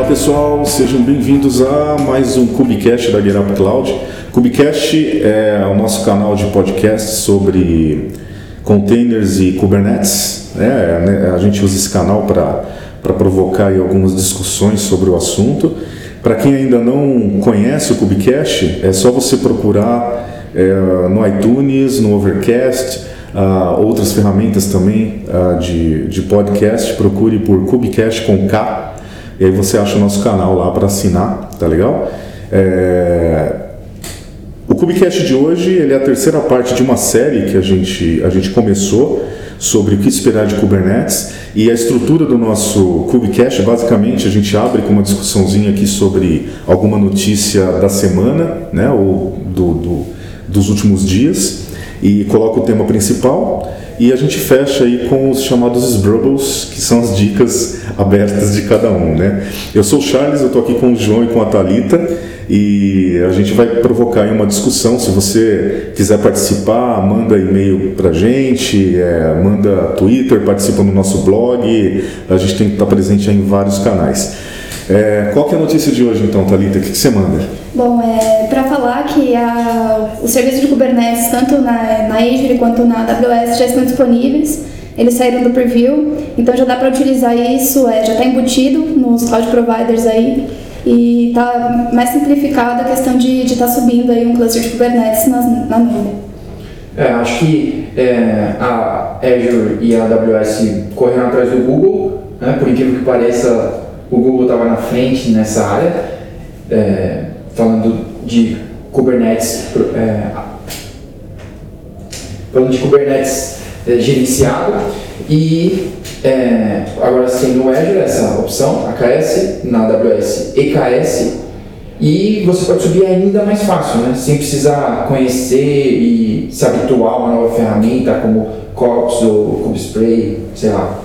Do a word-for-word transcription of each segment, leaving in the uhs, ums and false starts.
pessoal, sejam bem-vindos a mais um KubeCast da GetUp Cloud. KubeCast é o nosso canal de podcast sobre containers e Kubernetes. É, a gente usa esse canal para provocar aí algumas discussões sobre o assunto. Para quem ainda não conhece o KubeCast, é só você procurar é, no iTunes, no Overcast, uh, outras ferramentas também uh, de, de podcast. Procure por KubeCast com K. E aí você acha o nosso canal lá para assinar, tá legal? É... O KubeCast de hoje ele é a terceira parte de uma série que a gente, a gente começou sobre o que esperar de Kubernetes. E a estrutura do nosso KubeCast, basicamente, a gente abre com uma discussãozinha aqui sobre alguma notícia da semana, né, ou do, do, dos últimos dias, e coloca o tema principal. E a gente fecha aí com os chamados Sbrubbles, que são as dicas abertas de cada um, né? Eu sou o Charles, eu estou aqui com o João e com a Thalita, e a gente vai provocar aí uma discussão. Se você quiser participar, manda e-mail pra gente, é, manda Twitter, participa no nosso blog, a gente tem que estar presente aí em vários canais. É, qual que é a notícia de hoje então, Thalita? O que, que você manda? Bom, é para falar que a, o serviço de Kubernetes, tanto na, na Azure quanto na A W S, já estão disponíveis. Eles saíram do preview, então já dá para utilizar isso, é, já está embutido nos cloud providers aí. E está mais simplificada a questão de estar tá subindo aí um cluster de Kubernetes na, na nuvem. É, acho que é, a Azure e a A W S correram atrás do Google, né? Por incrível que pareça, o Google estava na frente nessa área, é, falando de Kubernetes, é, falando de Kubernetes é, gerenciado, e é, agora você tem no Azure essa opção, A K S, na A W S E K S, e você pode subir ainda mais fácil, né? Sem precisar conhecer e se habituar a uma nova ferramenta como Kops ou Kubespray, sei lá.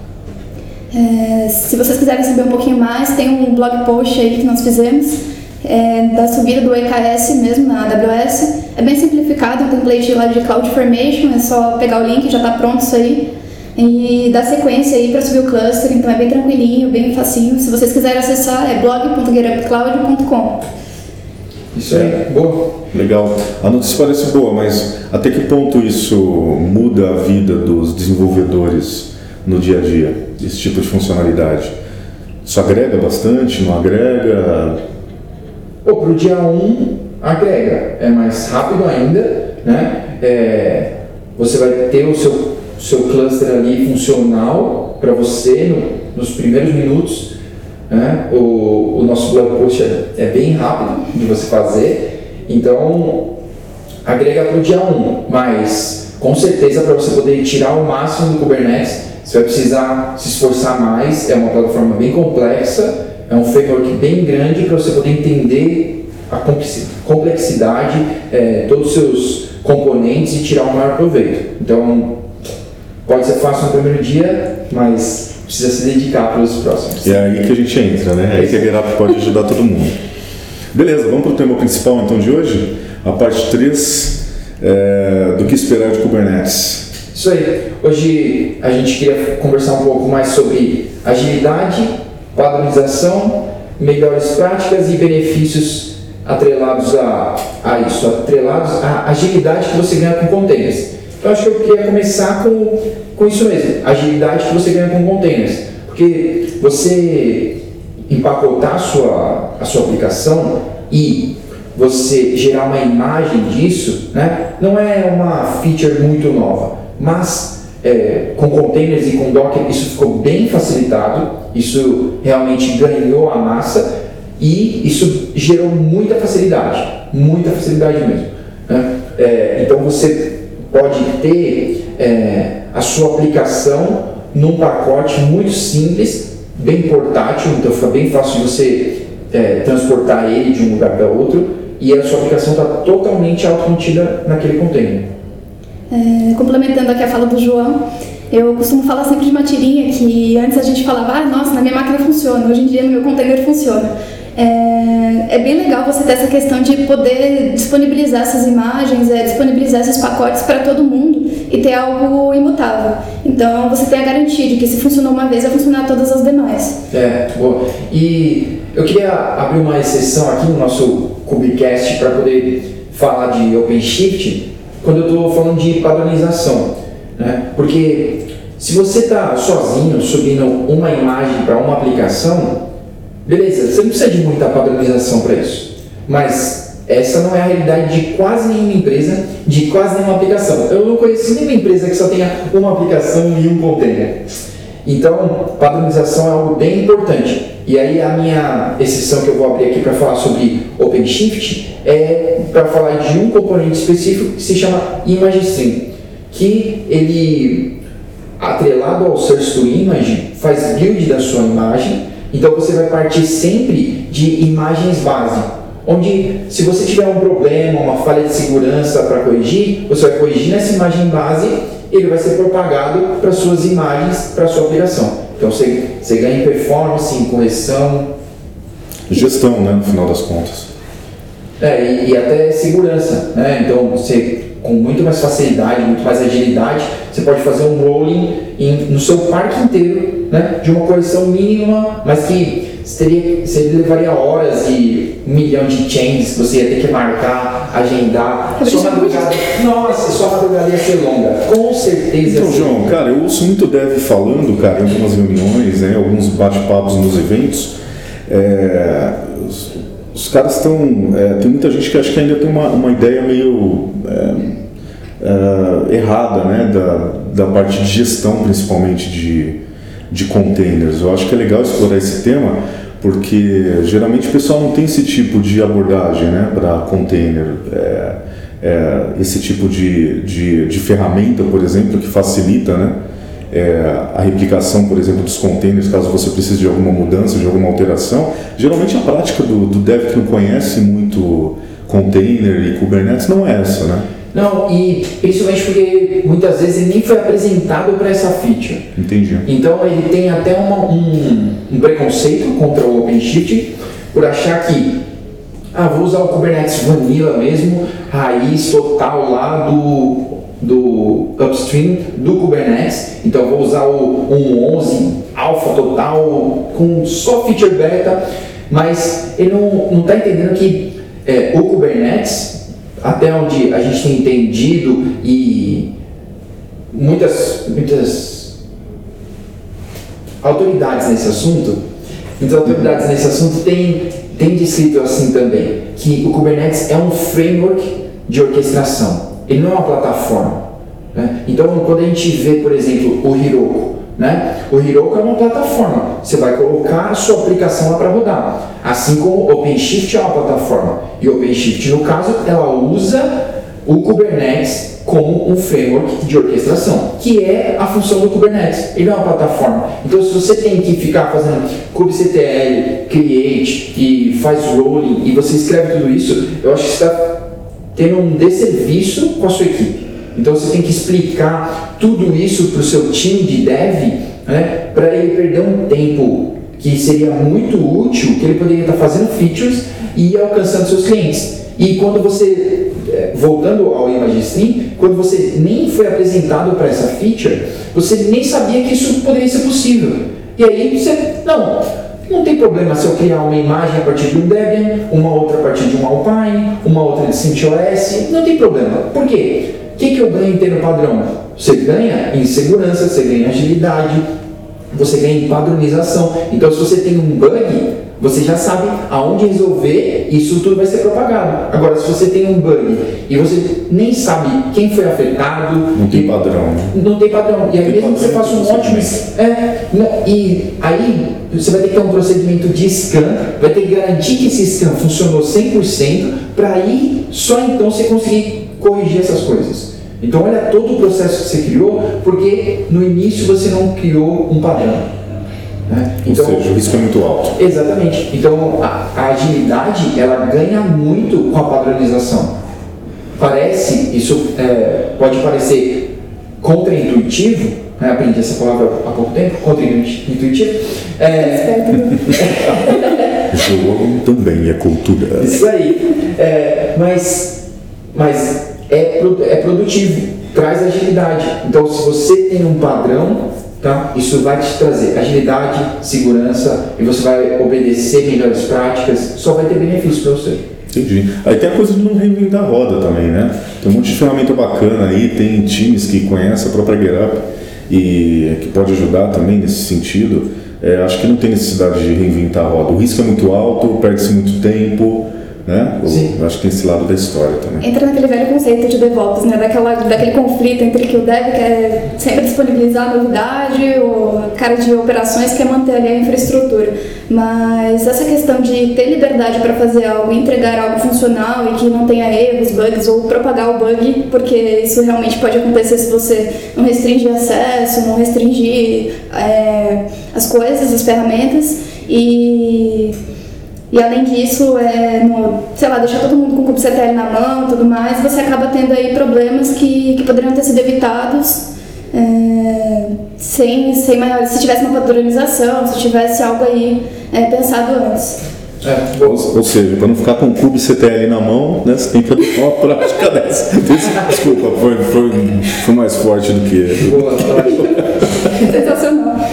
É, se vocês quiserem saber um pouquinho mais, tem um blog post aí que nós fizemos é, da subida do E K S mesmo na A W S. É bem simplificado, um template lá de CloudFormation, é só pegar o link, já está pronto isso aí. E dar sequência aí para subir o cluster, então é bem tranquilinho, bem facinho. Se vocês quiserem acessar, é blog ponto getupcloud ponto com. Isso aí, boa. Legal. A notícia parece boa, mas até que ponto isso muda a vida dos desenvolvedores no dia a dia, esse tipo de funcionalidade? Isso agrega bastante, não agrega? Para o dia um, agrega. É mais rápido ainda, né? É, você vai ter o seu, seu cluster ali funcional para você no, nos primeiros minutos, né? O, o nosso blog post é, é bem rápido de você fazer, então agrega para o dia um, mas com certeza para você poder tirar o máximo do Kubernetes, você vai precisar se esforçar mais. É uma plataforma bem complexa, é um framework bem grande para você poder entender a complexidade, é, todos os seus componentes e tirar o maior proveito. Então, pode ser fácil no primeiro dia, mas precisa se dedicar para os próximos. E é aí que a gente entra, né? É aí que a GetUp pode ajudar todo mundo. Beleza, vamos para o tema principal então de hoje, a parte três é, do que esperar de Kubernetes. Isso aí. Hoje a gente queria conversar um pouco mais sobre agilidade, padronização, melhores práticas e benefícios atrelados a, a isso, atrelados à agilidade que você ganha com containers. Então acho que eu queria começar com, com isso mesmo, agilidade que você ganha com containers. Porque você empacotar a sua, a sua aplicação e você gerar uma imagem disso, né, não é uma feature muito nova. Mas é, com containers e com Docker isso ficou bem facilitado, isso realmente ganhou a massa e isso gerou muita facilidade, muita facilidade mesmo, né? É, então você pode ter é, a sua aplicação num pacote muito simples, bem portátil, então fica bem fácil de você é, transportar ele de um lugar para outro e a sua aplicação está totalmente autocontida naquele container. É, complementando aqui a fala do João, eu costumo falar sempre de uma tirinha que antes a gente falava, ah, nossa, na minha máquina funciona, hoje em dia no meu container funciona. É, é bem legal você ter essa questão de poder disponibilizar essas imagens, é, disponibilizar esses pacotes para todo mundo e ter algo imutável. Então você tem a garantia de que se funcionou uma vez, vai funcionar todas as demais. É, boa. E eu queria abrir uma exceção aqui no nosso Cubicast para poder falar de OpenShift quando eu estou falando de padronização, né? Porque se você está sozinho subindo uma imagem para uma aplicação, beleza, você não precisa de muita padronização para isso, mas essa não é a realidade de quase nenhuma empresa, de quase nenhuma aplicação. Eu não conheço nenhuma empresa que só tenha uma aplicação e um container. Então, padronização é algo bem importante. E aí a minha exceção que eu vou abrir aqui para falar sobre OpenShift é para falar de um componente específico que se chama ImageStream, que ele, atrelado ao Source to Image, faz build da sua imagem. Então você vai partir sempre de imagens base, onde se você tiver um problema, uma falha de segurança para corrigir, você vai corrigir nessa imagem base, ele vai ser propagado para suas imagens, para a sua aplicação. Então você, você ganha em performance, em correção. Gestão, né, no final das contas. É, e, e até segurança, né? Então você, com muito mais facilidade, muito mais agilidade, você pode fazer um rolling em, no seu parque inteiro, né, de uma correção mínima, mas que teria, você levaria horas e um milhão de changes que você ia ter que marcar, agendar. Sua madrugada, nossa, sua madrugada ia ser longa, com certeza. Então, João, longa. Cara, eu ouço muito dev falando, cara, em algumas reuniões, né, alguns bate-papos nos eventos. É, os, os caras estão. É, tem muita gente que acha que ainda tem uma, uma ideia meio é, é, errada, né, da, da parte de gestão, principalmente de, de containers. Eu acho que é legal explorar esse tema, porque geralmente o pessoal não tem esse tipo de abordagem, né, para container. É, é, esse tipo de, de, de ferramenta, por exemplo, que facilita, né, É, a replicação, por exemplo, dos containers, caso você precise de alguma mudança, de alguma alteração. Geralmente a prática do, do dev que não conhece muito container e Kubernetes não é essa, né? Não, e principalmente porque muitas vezes ele nem foi apresentado para essa feature. Entendi. Então ele tem até uma, um, um preconceito contra o OpenShift por achar que ah, vou usar o Kubernetes Vanilla mesmo, raiz total lá do do upstream do Kubernetes, então vou usar o um ponto onze alpha total com só feature beta, mas ele não está entendendo que é, o Kubernetes, até onde a gente tem entendido e muitas, muitas autoridades nesse assunto, muitas autoridades nesse assunto têm, têm descrito assim também, que o Kubernetes é um framework de orquestração. Ele não é uma plataforma, né? Então, quando a gente vê, por exemplo, o Heroku, né? O Heroku é uma plataforma. Você vai colocar a sua aplicação lá para rodar. Assim como o OpenShift é uma plataforma. E o OpenShift, no caso, ela usa o Kubernetes como um framework de orquestração, que é a função do Kubernetes. Ele é uma plataforma. Então, se você tem que ficar fazendo kubectl, create e faz rolling, e você escreve tudo isso, eu acho que você está tendo um desserviço com a sua equipe. Então você tem que explicar tudo isso para o seu time de dev, né, para ele perder um tempo que seria muito útil, que ele poderia estar fazendo features e ir alcançando seus clientes. E quando você, voltando ao ImageStream, quando você nem foi apresentado para essa feature, você nem sabia que isso poderia ser possível. E aí você, não, não tem problema se eu criar uma imagem a partir de um Debian, uma outra a partir de um Alpine, uma outra de CentOS, não tem problema. Por quê? O que, que eu ganho em ter no padrão? Você ganha em segurança, você ganha em agilidade, você ganha em padronização. Então, se você tem um bug, você já sabe aonde resolver e isso tudo vai ser propagado. Agora, se você tem um bug e você nem sabe quem foi afetado... Não tem padrão. Não tem padrão. E aí mesmo que você faça um ótimo... É, e aí você vai ter que ter um procedimento de scan, vai ter que garantir que esse scan funcionou cem por cento, para aí só então você conseguir corrigir essas coisas. Então olha todo o processo que você criou, porque no início você não criou um padrão. Né? Então, ou seja, o risco é muito alto. Exatamente. Então a, a agilidade ela ganha muito com a padronização. Parece, isso é, pode parecer contraintuitivo, né? Aprendi essa palavra há pouco tempo, contraintuitivo. É, Jogo também é cultura. Isso aí. É, mas mas é, é produtivo, traz agilidade. Então, se você tem um padrão, tá? Isso vai te trazer agilidade, segurança, e você vai obedecer melhores práticas, só vai ter benefício para você. Entendi. Aí tem a coisa de não reinventar a roda também, né? Tem um monte de ferramenta bacana aí, tem times que conhecem a própria GetUp e que pode ajudar também nesse sentido. É, acho que não tem necessidade de reinventar a roda. O risco é muito alto, perde-se muito tempo, né? Eu acho que tem esse lado da história também. Entra naquele velho conceito de DevOps, né? Daquela, daquele conflito entre que o Dev quer sempre disponibilizar a novidade, o cara de operações quer manter ali a infraestrutura. Mas essa questão de ter liberdade para fazer algo, entregar algo funcional e que não tenha erros, bugs, ou propagar o bug, porque isso realmente pode acontecer se você não restringir acesso, não restringir é, as coisas, as ferramentas, e... E além disso, é, no, sei lá, deixar todo mundo com o kubectl na mão e tudo mais, você acaba tendo aí problemas que, que poderiam ter sido evitados é, sem, sem maior, se tivesse uma padronização, se tivesse algo aí é, pensado antes. É, ou, ou seja, para não ficar com o kubectl na mão, né, você tem que ter uma prática dessa. Desculpa, foi, foi, foi mais forte do que... Boa, sensacional.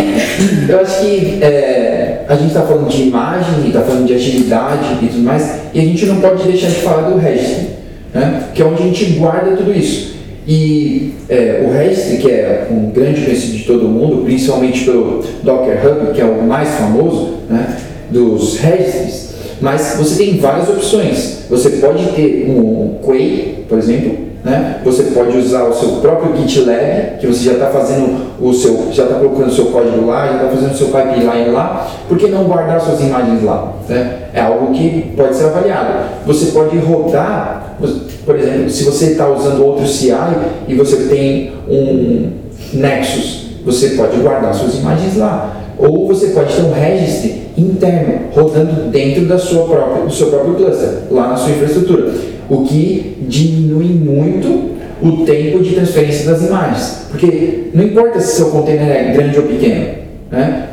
Eu acho que é, a gente está falando de imagem, está falando de agilidade e tudo mais, e a gente não pode deixar de falar do registry, né? Que é onde a gente guarda tudo isso. E é, o registry, que é um grande conhecido de todo mundo, principalmente pelo Docker Hub, que é o mais famoso, né, dos registries, mas você tem várias opções. Você pode ter um Quay, por exemplo, né? Você pode usar o seu próprio GitLab, que você já está fazendo o seu, já está colocando o seu código lá, já está fazendo o seu pipeline lá. Por que não guardar suas imagens lá? Né? É algo que pode ser avaliado. Você pode rodar, por exemplo, se você está usando outro C I e você tem um Nexus, você pode guardar suas imagens lá. Ou você pode ter um registry interno rodando dentro da sua própria, do seu próprio cluster, lá na sua infraestrutura, o que diminui muito o tempo de transferência das imagens, porque não importa se seu container é grande ou pequeno, né?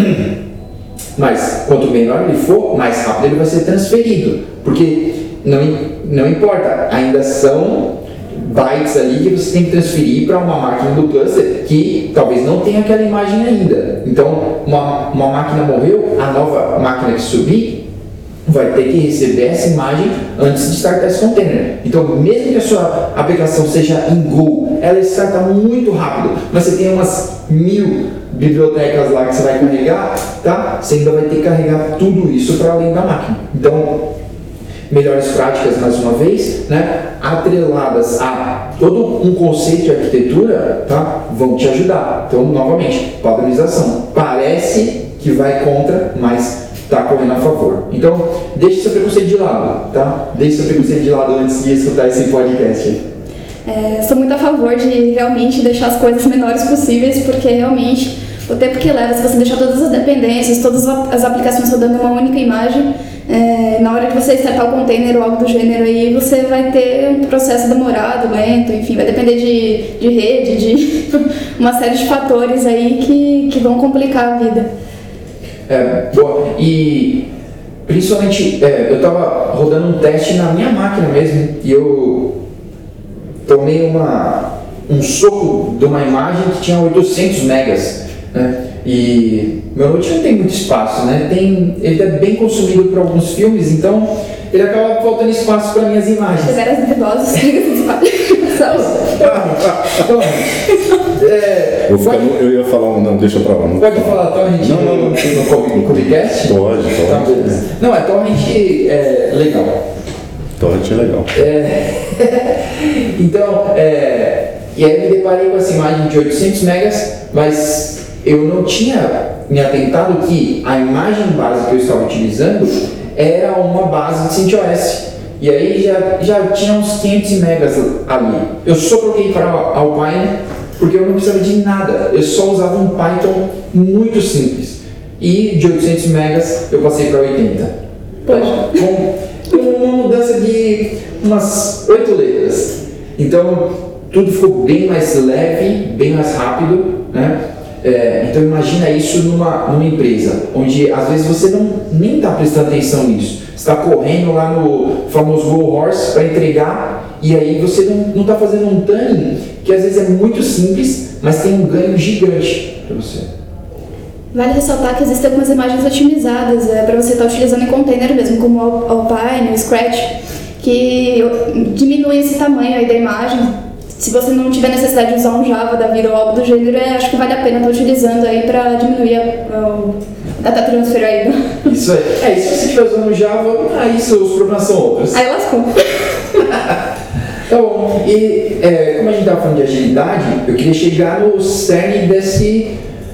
Mas quanto menor ele for, mais rápido ele vai ser transferido, porque não, não importa, ainda são bytes ali que você tem que transferir para uma máquina do cluster que talvez não tenha aquela imagem ainda. Então, uma, uma máquina morreu, a nova máquina que subir vai ter que receber essa imagem antes de startar esse container. Então, mesmo que a sua aplicação seja em Go, ela starta muito rápido, mas você tem umas mil bibliotecas lá que você vai carregar, tá? Você ainda vai ter que carregar tudo isso para além da máquina. Então, melhores práticas, mais uma vez, né, atreladas a todo um conceito de arquitetura, tá, vão te ajudar. Então, novamente, padronização. Parece que vai contra, mas está correndo a favor. Então, deixe seu preconceito de lado, tá? Deixe seu preconceito de lado antes de escutar esse podcast. É, sou muito a favor de realmente deixar as coisas menores possíveis, porque realmente o tempo que leva, se você deixar todas as dependências, todas as aplicações rodando em uma única imagem, é, na hora que você startar o container ou algo do gênero aí, você vai ter um processo demorado, lento, enfim, vai depender de, de rede, de uma série de fatores aí que, que vão complicar a vida. É, boa. E principalmente, é, eu estava rodando um teste na minha máquina mesmo e eu tomei uma, um soco de uma imagem que tinha oitocentos megas, né? E meu note não tem muito espaço, né? Tem, ele é bem consumido por alguns filmes, então ele acaba faltando espaço para minhas imagens. Severas duvidosas, diga-se de então, é, eu, pode, eu ia falar, não, deixa pra lá. Não pode falar torrent não, não, não, no Kubecast? Pode, pode. Tá, beleza. Não, é torrent é legal. Torrent é legal. É, então, é, e aí me deparei com essa imagem de oitocentos megas, mas eu não tinha me atentado que a imagem base que eu estava utilizando era uma base de CentOS. E aí já, já tinha uns quinhentos megas ali. Eu só troquei para Alpine porque eu não precisava de nada. Eu só usava um Python muito simples. E de oitocentos megas eu passei para oitenta. Então, com uma mudança de umas oito letras. Então, tudo ficou bem mais leve, bem mais rápido, né? é, então imagina isso numa, numa empresa, onde às vezes você não, nem está prestando atenção nisso. Você está correndo lá no famoso Go Horse para entregar, e aí você não está fazendo um tuning que às vezes é muito simples, mas tem um ganho gigante para você. Vale ressaltar que existem algumas imagens otimizadas é, para você estar utilizando em container mesmo, como o Alpine, o Scratch, que diminuem esse tamanho aí da imagem. Se você não tiver necessidade de usar um Java da vida ou algo do gênero, é, acho que vale a pena estar utilizando aí para diminuir a, o data transfer aí. Isso aí. É, e se você estiver usando Java, aí os problemas são outros. Aí lascou. Tá bom, e é, como a gente estava falando de agilidade, eu queria chegar no cerne desse,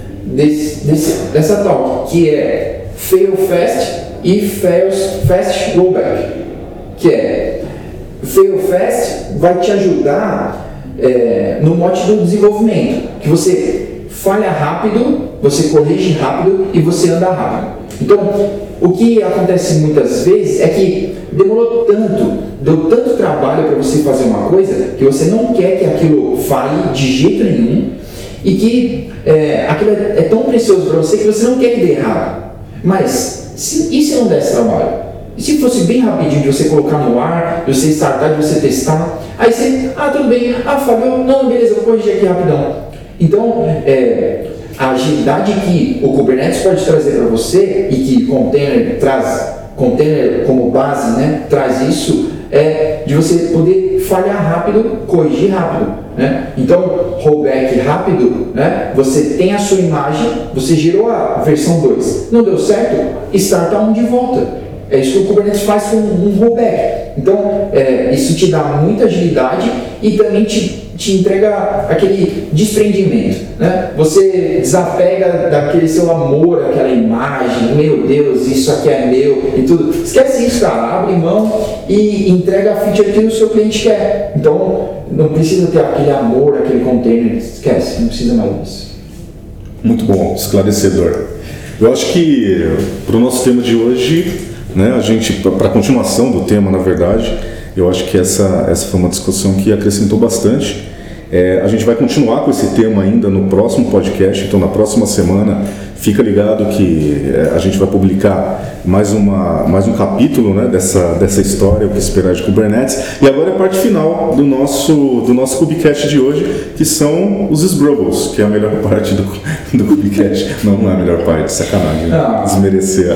desse, desse, dessa talk, que é fail fast e fail fast rollback. Que é, fail fast vai te ajudar é, no mote do desenvolvimento, que você falha rápido, você corrige rápido e você anda rápido. Então, o que acontece muitas vezes é que demorou tanto, deu tanto trabalho para você fazer uma coisa que você não quer que aquilo falhe de jeito nenhum e que é, aquilo é, é tão precioso para você que você não quer que dê errado. Mas, se, e se não desse trabalho? E se fosse bem rapidinho de você colocar no ar, de você startar, de você testar? Aí você, ah, tudo bem, ah, falhou, não, beleza, eu vou corrigir aqui rapidão. Então, é, a agilidade que o Kubernetes pode trazer para você e que container traz, container como base, né, traz isso, é de você poder falhar rápido, corrigir rápido, né? Então, rollback rápido, né? Você tem a sua imagem, você gerou a versão dois, não deu certo, starta um de volta. É isso que o Kubernetes faz com um rollback. Então, é, isso te dá muita agilidade e também te, te entrega aquele desprendimento, né? Você desapega daquele seu amor, aquela imagem, meu Deus, isso aqui é meu e tudo. Esquece isso, cara. Abre mão e entrega a feature que o seu cliente quer. Então, não precisa ter aquele amor, aquele container. Esquece, não precisa mais disso. Muito bom, esclarecedor. Eu acho que para o nosso tema de hoje, né, a gente, para a continuação do tema, na verdade, eu acho que essa, essa foi uma discussão que acrescentou bastante. É, a gente vai continuar com esse tema ainda no próximo podcast, então na próxima semana fica ligado que é, a gente vai publicar mais, uma, mais um capítulo, né, dessa, dessa história, o que esperar de Kubernetes. E agora é a parte final do nosso, do nosso Kubecast de hoje, que são os Sbrubbles, que é a melhor parte do, do Kubecast. Não, não é a melhor parte, sacanagem, né? Desmerecer.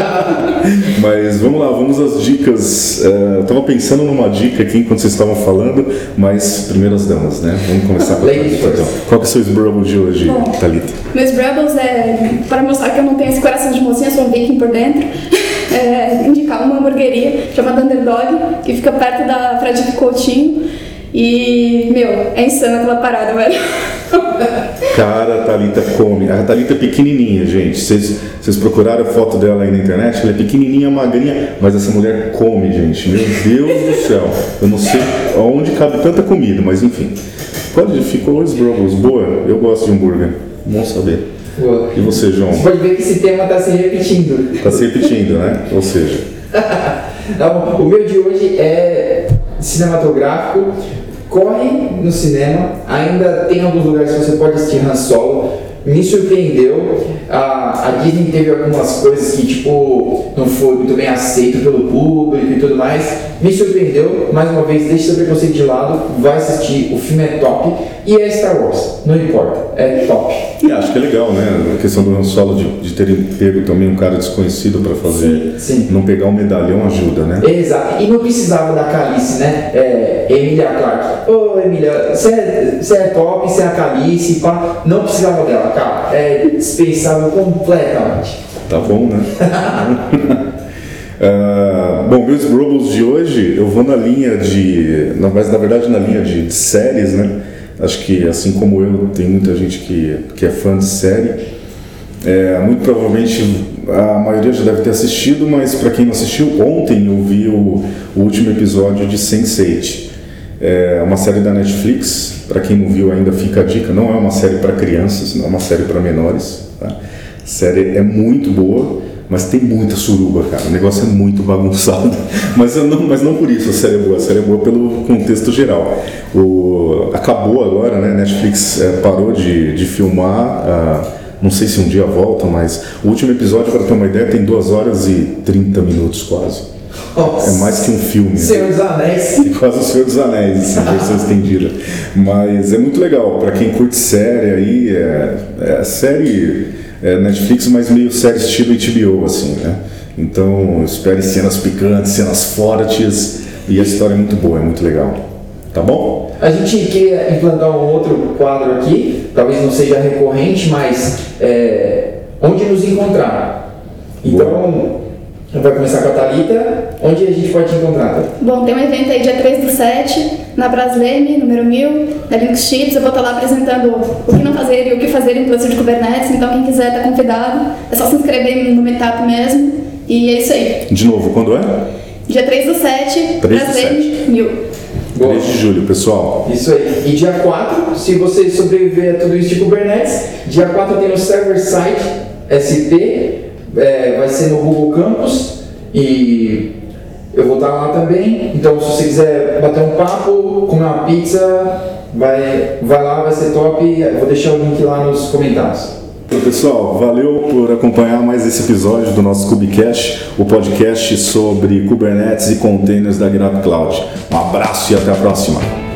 Mas vamos lá, vamos às dicas. Eu estava pensando numa dica aqui enquanto vocês estavam falando, mas primeiro as damas, né? Vamos começar com a Thalita, então. Qual que é o seu Sbrubble de hoje, Bom, Thalita? Meus Sbrubbles é, para mostrar que eu não tenho esse coração de mocinha, sou um viking por dentro, é, indicar uma hamburgueria chamada Underdog, que fica perto da Fradique Coutinho. E, meu, é insano aquela parada, velho. Cara, a Thalita come. A Thalita é pequenininha, gente. Vocês, vocês procuraram a foto dela aí na internet? Ela é pequenininha, magrinha, mas essa mulher come, gente. Meu Deus do céu. Eu não sei aonde cabe tanta comida, mas enfim. Pode, ficou os Sbrubbles. Boa, eu gosto de hambúrguer. Bom saber. Boa. E você, João? Você pode ver que esse tema está se repetindo. Está se repetindo, né? Ou seja... Não, o meu de hoje é cinematográfico. Corre no cinema, ainda tem alguns lugares que você pode assistir Han Solo. Me surpreendeu, a, a Disney teve algumas coisas que tipo não foi muito bem aceito pelo público e tudo mais. Me surpreendeu, mais uma vez, deixe seu preconceito de lado, vai assistir, o filme é top e é Star Wars, não importa, é top. E acho que é legal, né? A questão do Han Solo de, de ter pego também um cara desconhecido para fazer, sim, sim. Não pegar um medalhão ajuda, né? Exato, e não precisava da Calice, né? É, Emilia Clarke. Ô oh, Emilia, você é, você é top, você é a Calice, pá. Não precisava dela, cara. É dispensável completamente. Tá bom, né? uh, bom, meus Sbrubbles de hoje, eu vou na linha de... Na, mas na verdade na linha de, de séries, né? Acho que assim como eu, tem muita gente que, que é fã de série. É, muito provavelmente a maioria já deve ter assistido, mas para quem não assistiu, ontem eu vi o, o último episódio de sense eight. É uma série da Netflix, para quem não viu ainda fica a dica, não é uma série para crianças, não é uma série para menores. Tá? A série é muito boa, mas tem muita suruba, cara, o negócio é muito bagunçado, mas não, mas não por isso a série é boa, a série é boa pelo contexto geral. O, quando acabou agora, né? Netflix é, parou de, de filmar. Uh, não sei se um dia volta, mas o último episódio, para ter uma ideia, tem duas horas e trinta minutos quase. Nossa. É mais que um filme. Senhor dos Anéis. É quase o Senhor dos Anéis, assim, versão estendida. Mas é muito legal, para quem curte série aí, é, é série é Netflix, mas meio série estilo H B O, assim, né? Então, espere cenas picantes, cenas fortes, e a história é muito boa, é muito legal. Tá bom? A gente quer implantar um outro quadro aqui, talvez não seja recorrente, mas é, onde nos encontrar. Então, vai começar com a Thalita. Onde a gente pode te encontrar, Thalita? Bom, tem um evento aí dia três do sete, na Brasleme, número mil, da Linux Chips. Eu vou estar lá apresentando o que não fazer e o que fazer em cluster de Kubernetes, então quem quiser tá convidado. É só se inscrever no Meetup mesmo, e é isso aí. De novo, quando é? Dia três do sete, Brasleme, mil. três de julho, pessoal. Isso aí. E dia quatro, se você sobreviver a tudo isso de Kubernetes, dia quatro tem o Server Side S P, é, vai ser no Google Campus, e eu vou estar lá também. Então, se você quiser bater um papo, comer uma pizza, vai, vai lá, vai ser top. Eu vou deixar o link lá nos comentários. Então, pessoal, valeu por acompanhar mais esse episódio do nosso KubeCast, o podcast sobre Kubernetes e containers da GitHub Cloud. Um abraço e até a próxima.